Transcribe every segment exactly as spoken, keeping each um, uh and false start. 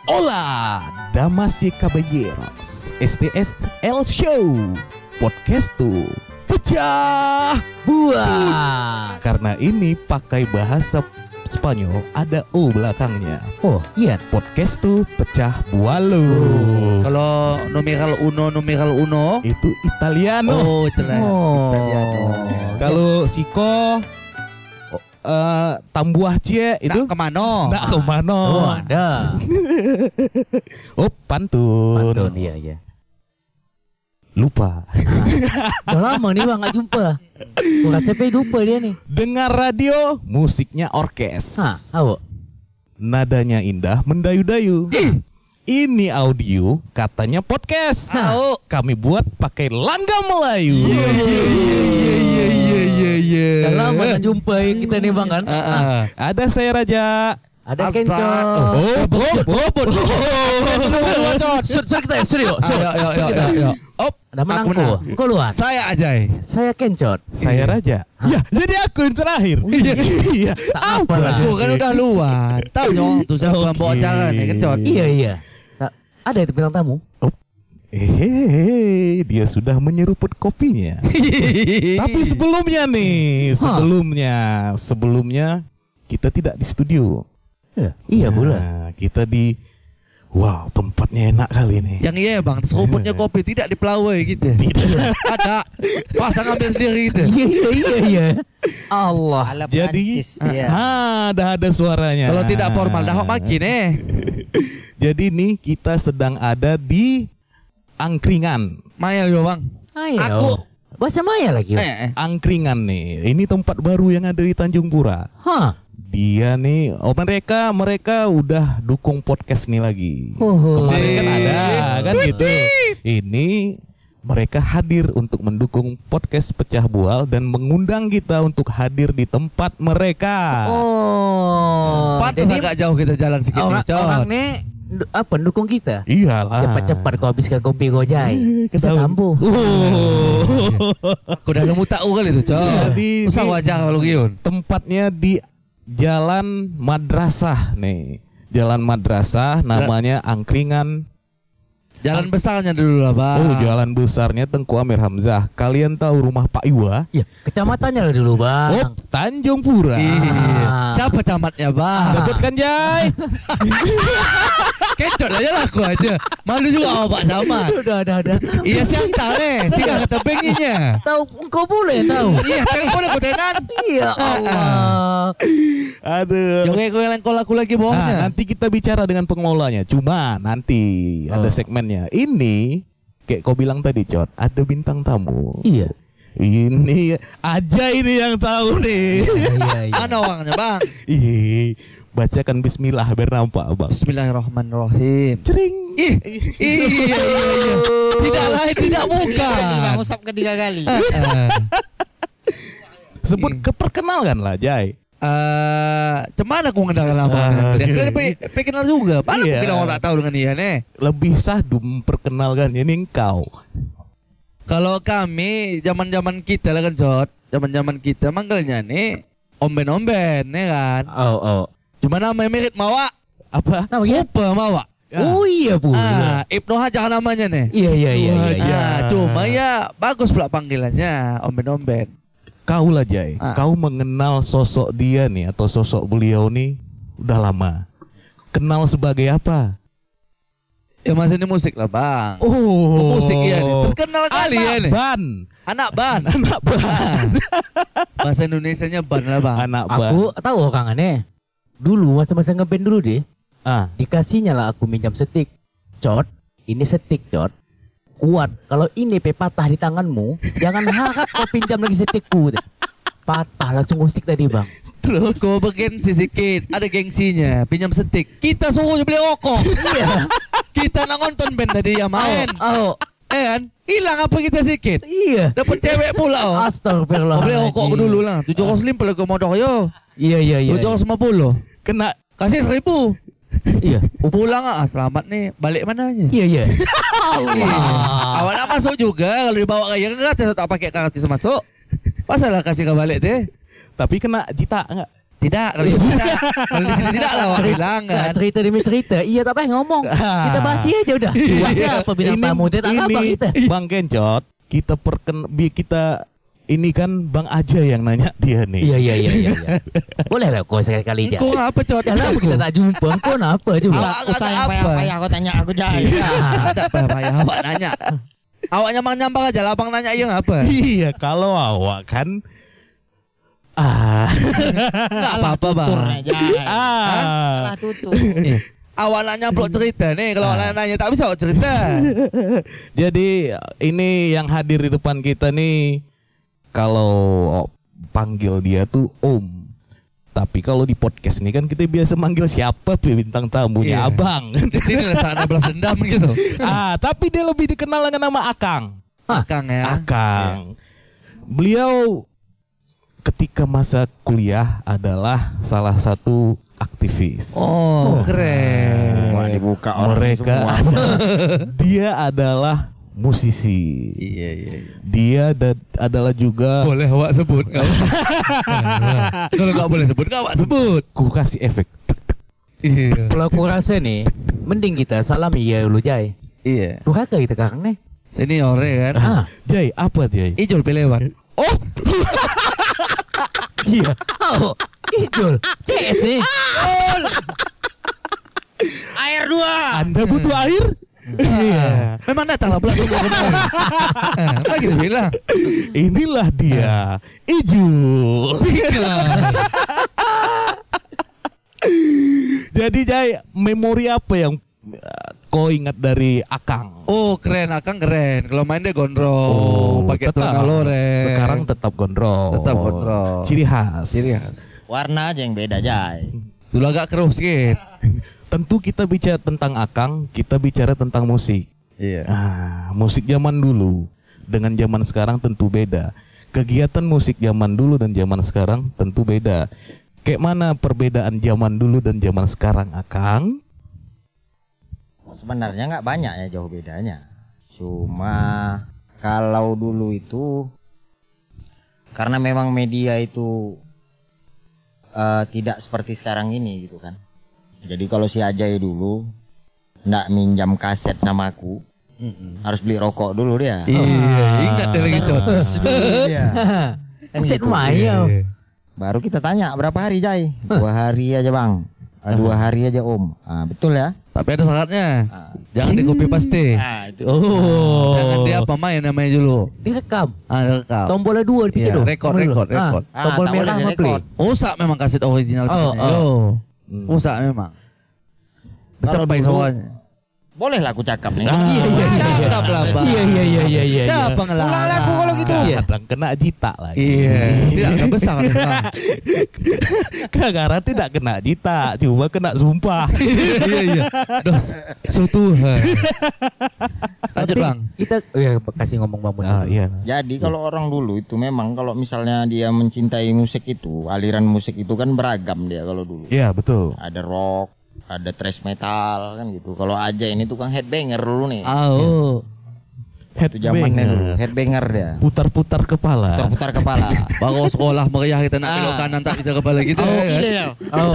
Hola, damas y caballeros. Este es el show podcast tuh pecah buah. Karena ini pakai bahasa Spanyol, ada O belakangnya. Oh iya, podcast tuh pecah bualo. Oh. Kalau numeral uno, numeral uno itu Italiano. Oh, Italiano. Oh. Italiano. Kalau siko Uh, tambuah cie itu nak kemana? Nak kemana? Oh ada. Oh pantun. Pantun iya iya. Lupa. Udah lama nih bang nggak jumpa. Udah sampai lupa dia nih. Dengar radio, musiknya orkes. Hah, awo. Nadanya indah, mendayu-dayu. Ini audio, katanya podcast. Awo. Kami buat pakai langgam Melayu. Iya iya iya iya iya iya. Udah lama nggak jumpa kita nih bang kan. Uh, uh. Ada saya Raja. Ada Asa. Kenco. Oh, bobot, bobot. Sur sur kita ya, sur yuk. Sur. Ayo ayo ayo ayo. Op. Ada Aku menangku. menang. Engkau luar. Saya Ajay. Saya Kencot. Saya Raja. Ya, jadi aku yang terakhir. Iya. Tak apa lah. Aku kan udah luar. Tahu nyong tuh siapa yang bawa Oke. acara nih Kencot. Iya iya. Nah, ada itu bintang tamu. Hehehe, dia sudah menyeruput kopinya. Tapi sebelumnya nih, sebelumnya, sebelumnya kita tidak di studio. Ya, iya Nah, bulan. kita di, wow, tempatnya enak kali nih. Yang iya bang, seruputnya kopi tidak di pelawai gitu. Tidak. Ada. Pasang ambil sendiri gitu. Iya iya iya iya. Allah. Jadi, Iya. ah, dah ada suaranya. Kalau tidak formal dah makin eh. Jadi nih kita sedang ada di angkringan. Maya yo bang. Ayo. Aku bahasa Maya lagi. eh, eh. Angkringan nih. Ini tempat baru yang ada di Tanjung Pura. Hah. Dia nih, oh mereka mereka udah dukung podcast nih lagi. Oh, Kemarin kan ada kan gitu. Ini mereka hadir untuk mendukung podcast Pecah Bual dan mengundang kita untuk hadir di tempat mereka. Oh. Pantas Jadi agak jauh kita jalan sedikit orang, nih, Cot. orang nih du- apa dukung kita? Iyalah. Cepat-cepat kau habiskan kopi gojai. Bisa Ketahuan. kambuh. Oh. Aku udah nemu tahu kali itu, Cot. Jadi, Usah ini- wajah kalau Giun. Tempatnya di Jalan Madrasah nih. Jalan Madrasah namanya Angkringan. Jalan besarnya dulu lah, Bang. Oh, jalan besarnya Tengku Amir Hamzah. Kalian tahu rumah Pak Iwa? Ya, kecamatannya lah dulu, Bang. Oh, Tanjung Pura. Iya. Ah. Siapa camatnya, Bang? Sebutkan Jai. Kencot aja lah aku aja. Malu juga sama Pak Camat. Udah, udah, udah. Iya siang nih, tinggal kata pengennya. Tahu engkau boleh tahu. Iya, telepon aku tenan. Iya Allah. Aduh. Jangan gue yang call aku lagi Nah, bohongnya. nanti kita bicara dengan pengelolanya. Cuma nanti ada Oh. segmennya. Ini kayak kau bilang tadi, Cot, ada bintang tamu. Iya. Ini aja ini yang tahu nih. Iya, iya. Mana orangnya, Bang? Ih, bacakan bismillah biar nampak, Bang. Bismillahirrahmanirrahim. Cering. Ih, iya iya iya. Tidak lain tidak bukan. Bang usap ketiga kali. Eh, eh. Sebut keperkenalkan lah, Jai. Eh, cemana aku mengenalkan nama Ah, dia? iya. Kalian pe- pe kenal juga. Mana Iya. mungkin orang tak tahu dengan dia nih. Lebih sahdu memperkenalkan ini engkau. Kalau kami zaman-zaman kita lah kan, Jod. Zaman-zaman kita manggilnya nih omben-omben, ya kan. Oh, oh. Cuma namanya mirip Mawa. Apa? Namanya? Apa Mawa? Ya. Oh iya, Bu. Ah, Ibnu Hajar namanya nih. Iya, iya, iya, iya. Wah, iya. Ah, cuma ya bagus pula panggilannya omben-omben. Kau lah, Jai. Ah. Kau mengenal sosok dia nih atau sosok beliau nih udah lama. Kenal sebagai apa? Ya masih ini musik lah, Bang. Oh, Musik ya nih. Terkenal kali ya nih. Ban. Anak ban. Anak ban. Bahasa Indonesianya ban lah, Bang. Anak ban. Aku tahu kangennya. Dulu masa-masa ngeband dulu deh. Ah, Dikasihnya lah aku minjam setik. Cot, ini setik, Cot. Kuat. Kalau ini pe patah di tanganmu, jangan harap kau pinjam lagi setikku. Patah langsung musik tadi, Bang. Terus kau bergengsi sedikit, ada gengsinya, pinjam setik. Kita suruh beli rokok. Iya. Kita nak nonton band tadi ya main. Oh, oh. Eh kan? Hilang apa kita sedikit? Iya. Dapat cewek pula oh. Astagfirullah. Kau beli rokok aku dulu lah. Tujuh ratus lima puluh kau modal yo. Iya, iya, iya. Tujuh ratus lima puluh. kena. Kasih seribu. Iya. Pulang ah, selamat nih. Balik mananya? Iya, iya. Iya. Awak nak masuk juga kalau dibawa kayak gratis tak pakai kartis masuk. Masalah kasih ke balik deh. Tapi kena jita enggak? Tidak, kalau itu tidak. Kalau di sini tidak lah, Wak bilang Nggak, kan. cerita demi cerita. Iya tak payah ngomong. Kita bahas aja udah. Luas siapa bintang tamu dia tak apa kita. Bang Kencot, kita perken bi kita ini kan Bang Aja yang nanya dia nih. Iya iya iya iya. iya. Boleh lah kau sekali-kali aja. Kau apa cot? Dah lama kita tak jumpa. Kau apa juga? Awak Usah yang payah-payah kau tanya aku Jai. Ada payah awak nanya. Awak nyambang-nyambang aja lah, abang nanya yang apa? Iya, kalau awak kan ah Enggak apa-apa bang. Tuturnya Jai. ah Salah tutur. Nih, awak nanya plot cerita nih, kalau awak nanya tak bisa awak cerita. Jadi ini yang hadir di depan kita nih, kalau panggil dia tuh Om. Tapi kalau di podcast ini kan kita biasa manggil siapa tuh bintang tamunya, Iya. Abang. Di sini lah sana balas dendam gitu. Ah, tapi dia lebih dikenal dengan nama Akang. Akang ya. Akang. Beliau ketika masa kuliah adalah salah satu aktivis. Oh, keren. Wah, dibuka orang Mereka semua. dia adalah musisi. Iya iya. Dia da- adalah juga Boleh awak sebut kau. Kalau nggak boleh sebut, nggak awak sebut. ku kasih efek. Iya. Kalau aku rasa nih, mending kita salam iya dulu Jai. Iya. Durhaka kita sekarang nih. Senior ya kan. Ah, Jai, apa Jai? Ijol pelewat. Oh, iya. oh, Ijul, C S nih. Air dua. Anda butuh air? Iya. Memang datang lah belakang kemarin. Apa gitu bilang? Inilah dia, Ijul. Jadi Jai, memori apa yang uh, kau ingat dari Akang? Oh keren, Akang keren. Kalau main dia gondrong, pakai tetap. celana loreng. Sekarang tetap gondrong. Tetap gondrong. Ciri khas. Ciri khas. Warna aja yang beda Jai. Dulu agak keruh sedikit. Tentu kita bicara tentang Akang, kita bicara tentang musik. Iya. Ah, musik zaman dulu dengan zaman sekarang tentu beda. Kegiatan musik zaman dulu dan zaman sekarang tentu beda. Kayak mana perbedaan zaman dulu dan zaman sekarang, Akang? Sebenarnya nggak banyak ya jauh bedanya. Cuma kalau dulu itu karena memang media itu eh, tidak seperti sekarang ini gitu kan. Jadi kalau si Ajay dulu nggak minjam kaset sama aku, harus beli rokok dulu dia. Iya, ingat dia lagi cot. Dulu dia. Kan Set gitu. Mayo. Baru kita tanya berapa hari Jay? Dua hari aja bang. Ah, dua hari aja om. Ah, betul ya? Tapi ada syaratnya. Ah. Jangan di copy paste. Ah, itu. Oh. Jangan dia apa main namanya dulu. Direkam. Ah, rekam. Tombolnya dua di Iya, tuh. rekod, rekod, rekod. Ah, Tombol tak merah boleh sama play. direkod. Rusak memang kaset original. Oh, kita. oh. Oh. Rusak memang. Besar Kalau baik dulu- sawahnya. Boleh lah aku cakap nih. Ah, Iya iya iya. Cakap lah bang. Iya iya iya iya iya. Siapa ngelarang? Pulang lah aku kalau gitu. Iya. Kadang kena jita lagi. Iya. Tidak ada besar. besar. Kadang tidak kena jita, cuma kena sumpah. Iya iya. Dos. Sutuhan. Lanjut Tapi bang. Kita oh ya kasih ngomong Bang Mun. Ah, iya. Jadi kalau orang dulu itu memang kalau misalnya dia mencintai musik itu, aliran musik itu kan beragam dia kalau dulu. Iya, betul. Ada rock, ada thrash metal kan gitu. Kalau aja ini tukang headbanger dulu nih. Ah, oh. Itu zamannya dulu, headbanger dia. Putar-putar kepala. Putar-putar kepala. Baru sekolah meriah kita nak belok Ah. kanan tak bisa kepala kita. Oh, kan? iya ya. Oh,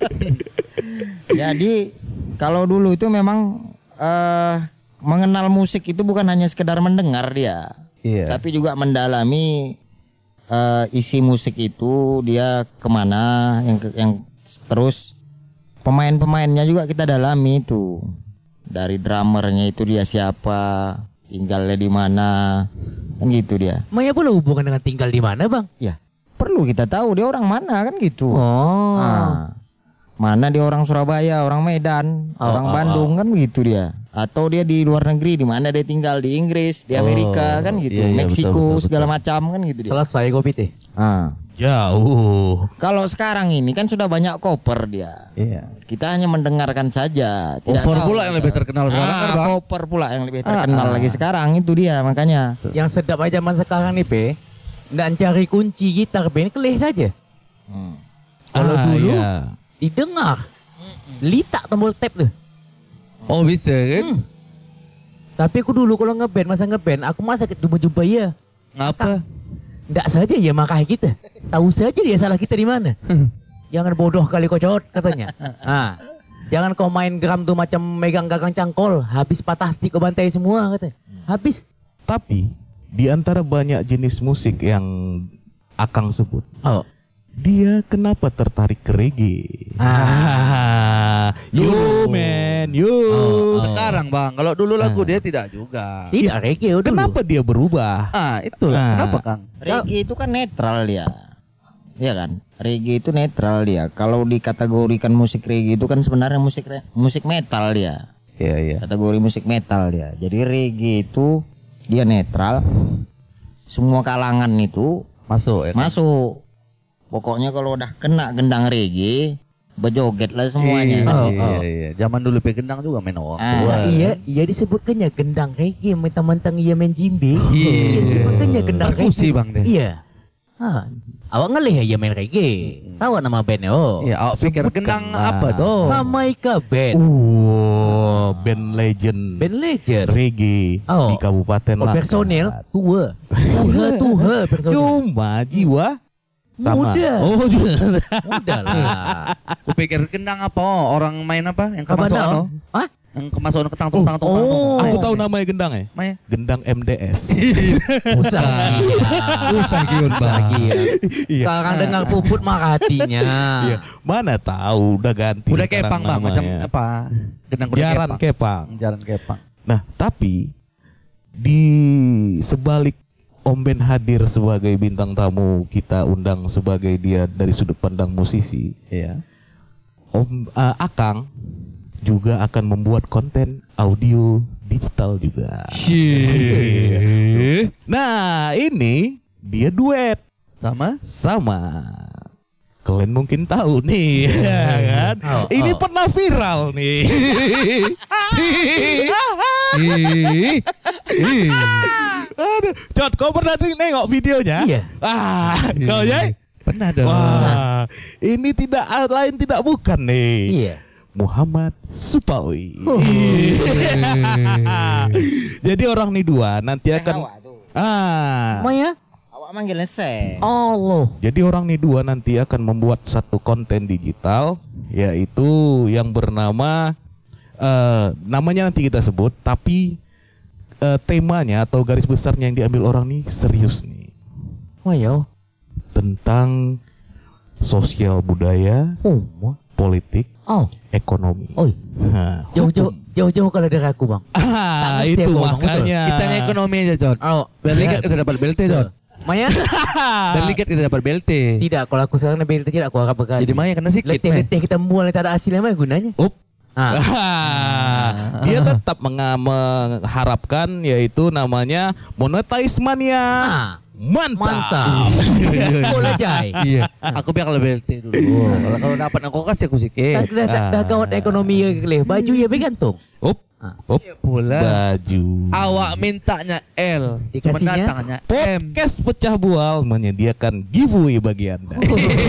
Jadi kalau dulu itu memang eh mengenal musik itu bukan hanya sekedar mendengar dia, Iya. tapi juga mendalami eh, isi musik itu dia kemana, yang ke- yang terus pemain-pemainnya juga kita dalami itu, dari drummernya itu dia siapa, tinggalnya di mana, kan gitu dia. Maya boleh hubungan dengan tinggal di mana Bang? Ya perlu kita tahu dia orang mana kan gitu. Oh. Ah, mana dia orang Surabaya, orang Medan, Oh, orang oh, Bandung kan gitu dia. Atau dia di luar negeri, di mana dia tinggal, di Inggris, di Amerika kan gitu, iya, iya, Meksiko betul, betul, segala macam kan gitu dia. Selesai kopi teh. Ah. Jauh. Kalau sekarang ini kan sudah banyak cover dia. Iya. Kita hanya mendengarkan saja, tidak Cover tahu. pula yang lebih terkenal sekarang kan, Ah, Bang? cover pula yang lebih terkenal lagi sekarang itu dia makanya. Yang sedap aja zaman sekarang nih Pe. Nggak cari kunci gitar Pe, ini kelih saja. Hmm. Kalau Ah, dulu iya. didengar. Litak tombol tab tuh. Oh bisa kan? Hmm. Tapi aku dulu kalau ngeband, masa ngeband, aku masa ketemu jumpa dia. Ngapa? Nggak saja ya makanya kita. Tahu saja dia salah kita di mana. jangan bodoh kali kau Cot katanya. Ah, jangan kau main drum tuh macam megang gagang cangkol, habis patah stick kau bantai semua katanya. Habis. Tapi di antara banyak jenis musik yang Akang sebut, Oh. dia kenapa tertarik ke reggae? Ah, yo man, yo. Oh, oh. Sekarang bang, kalau dulu lagu dia tidak juga. Tidak reggae dulu. Kenapa dia berubah? Ah itulah. Ah. Kenapa Kang? Reggae itu kan netral dia. Iya kan? Reggae itu netral dia. Kalau dikategorikan musik reggae itu kan sebenarnya musik re- musik metal dia. Iya iya. Kategori musik metal dia. Jadi reggae itu dia netral. Semua kalangan itu Masuk ya. Kan? masuk. Pokoknya kalau udah kena gendang reggae, berjoget lah semuanya. Iya, Oh, iya, oh. iya. Zaman dulu pe gendang juga main waktu. Ah. Nah, iya, iya disebutkannya gendang reggae, mentang-mentang iya main jimbe. Iya. Iya disebutkannya gendang Perkusi, reggae. Bang, deh. Iya. Ah, awak ngelih ya main reggae. Tahu nama bandnya? Oh. Iya, awak pikir gendang apa tuh? Jamaika Band. Uh, band legend Band legend. reggae Oh. di Kabupaten Oh, Langkat. personil tua. Tuha tuha personil. Cuma jiwa sama. Muda. Oh, juga. Udah lah. Aku pikir gendang apa? Oh, orang main apa? Yang kemasukan Kabana. no? Hah? Yang kemasukan ke tang tang tang tang. Oh. Aku tahu namanya gendang ya. Maya. Gendang M D S. Usah. Usah giun Usah bang. gila. Iya. Sekarang dengar puput marah hatinya. Iya. Mana tahu udah ganti. Udah sekarang kepang bang, macam namanya. apa? Gendang kuda Jaran kepang. kepang. Jaran kepang. Nah, tapi di sebalik Om Ben hadir sebagai bintang tamu, kita undang sebagai dia dari sudut pandang musisi. Iya. Om eh, Akang juga akan membuat konten audio digital juga. Nah, ini dia duet Sama? sama. Kalian mungkin tahu nih, ya kan? Oh, Ini oh. pernah viral nih. Aduh, Cot, kau pernah tuh nengok videonya? Iya. Ah, kau ya? Pernah dong. Wah, ini tidak lain tidak bukan nih. Iya. Muhammad Supawi. Oh. Jadi orang nih dua nanti akan Awak tuh. ah. Maya? Awak manggilnya Seh. Allah. Jadi orang nih dua nanti akan membuat satu konten digital, yaitu yang bernama eh, namanya nanti kita sebut, tapi eh, temanya atau garis besarnya yang diambil orang nih serius nih, Maya. tentang sosial budaya, Oh. politik, Oh. ekonomi. Oi. Nah, Jauh-jauh jauh-jauh kalau dari aku, Bang. ah, ngerti itu aku, Bang, makanya. Kita yang ekonomi aja, John. Oh. Berligat kita dapat B L T, John. Maya? Berligat kita dapat B L T. Tidak, kalau aku sekarang lebih tidak aku harap berkali. Jadi Maya kena sikit. Maya. letih-letih kita membual tak ada hasilnya mah gunanya. Up. Ah. Ah, dia tetap menga- mengharapkan yaitu namanya monetize mania. Ah. Mantap. Mantap. Boleh Jai. Iya. Aku biar kalau B L T dulu. Kalau kalau dapat aku kasih aku sikit. Dah, dah, dah gawat ekonomi ya kelih. Baju ya bergantung. Up. Ah. Up. Pula. Baju. Awak mintanya L, cuma Dikasihnya? datangnya M. Podcast Pecah Bual menyediakan giveaway bagi Anda.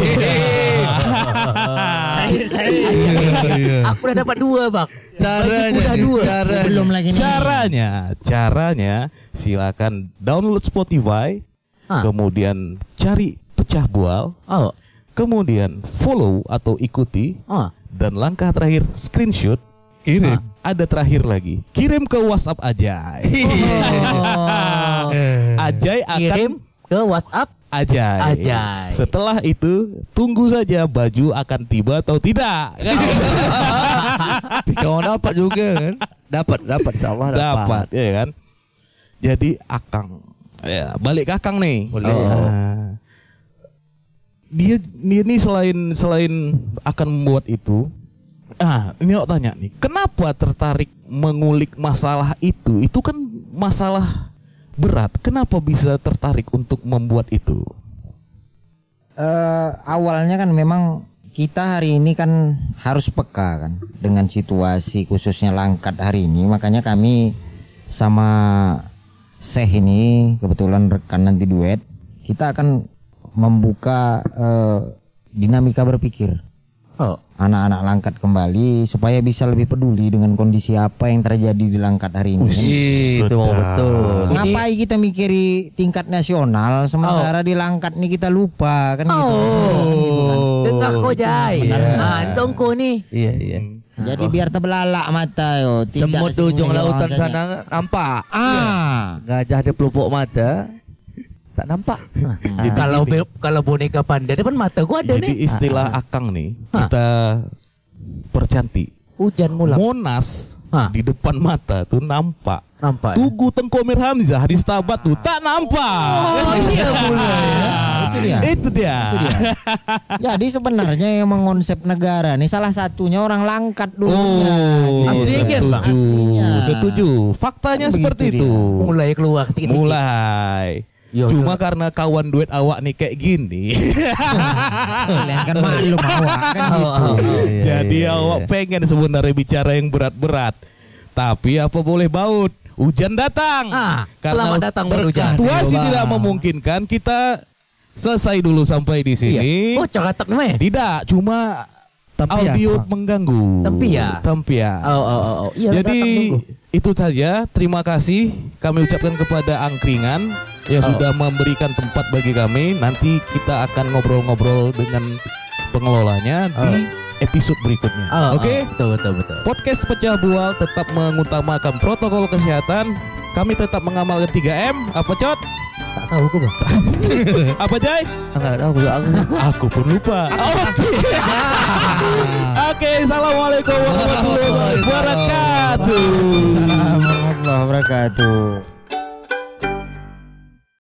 Cair cair. Aku udah dapat dua, Bang. Caranya, Udah dua. caranya. Belum lagi nih. Caranya, caranya silakan download Spotify, Ah. kemudian cari Pecah Bual, Oh. kemudian follow atau ikuti, Oh. dan langkah terakhir screenshot. Kirim. Ah, ada terakhir lagi, kirim ke WhatsApp Ajay. Oh. Ajay akan Kirim ke WhatsApp. Ajay. Ajay. Setelah itu tunggu saja baju akan tiba atau tidak. Tapi kau dapat juga kan? Dapat, dapat insyaallah dapat. Dapat, ya kan? Jadi Akang, ya balik ke Akang nih. Boleh. Ah. dia dia nih selain selain akan membuat itu, ah ini aku tanya nih, kenapa tertarik mengulik masalah itu? Itu kan masalah berat. Kenapa bisa tertarik untuk membuat itu? Eh, awalnya kan memang kita hari ini kan harus peka kan dengan situasi khususnya Langkat hari ini, makanya kami sama Seh ini kebetulan rekan nanti duet, kita akan membuka eh, dinamika berpikir Oh. Anak-anak Langkat kembali supaya bisa lebih peduli dengan kondisi apa yang terjadi di Langkat hari ini. Itu mau betul. Ngapain kita mikiri tingkat nasional sementara di Langkat nih kita lupa kan gitu. Gitu kan. Dengar kau Jai. Sebenarnya. Ah, entong kau nih. Iya iya. Jadi biar terbelalak mata yo. Tidak Semut di ujung semuanya lautan saja. sana nampak. Ah. Gajah di pelupuk mata tak nampak. Jadi Kalau gini. be- kalau boneka panda depan mata gua ada Jadi nih. istilah Akang nih Hah. kita percantik. Hujan mulak. Monas Hah. di depan mata tuh nampak. Nampak. Ya? Tugu Tengkomir Hamzah di Stabat tuh tak nampak. Oh, iya mulai. Itu dia. Itu dia. Itu dia. Jadi sebenarnya yang mengonsep negara nih salah satunya orang Langkat dulunya. Oh, Aslinya, setuju. Bang? Aslinya. Setuju. Faktanya Kan seperti begitu itu. Mulai keluar sedikit. Mulai. Yo, Cuma karena kawan duet awak nih kayak gini. Kalian kan maklum awak kan Oh, gitu. oh, oh. Iya, Jadi iya, awak iya. pengen sebenarnya bicara yang berat-berat. Tapi apa boleh baut? Hujan datang. Ah, selamat datang berhujan. Situasi Ayo, tidak Bang. memungkinkan kita selesai dulu sampai di sini. Iya. Oh, cokatak namanya. Tidak, cuma Tempias, audio Bang. mengganggu. Tempia. Tempia. Oh, oh, oh, oh. Iya, Jadi datang tunggu. itu saja. Terima kasih kami ucapkan kepada Angkringan yang Oh. sudah memberikan tempat bagi kami. Nanti kita akan ngobrol-ngobrol dengan pengelolanya di episode berikutnya. Oh, Oke? oh, betul, betul, betul. Podcast Pecah Bual tetap mengutamakan protokol kesehatan. Kami tetap mengamalkan tiga M. Apa Cot? Tak tahu gua, Bang. Apa Jai? Enggak tahu juga aku. Aku pun lupa. Oke. Oke, assalamualaikum warahmatullahi wabarakatuh. Assalamualaikum warahmatullahi wabarakatuh.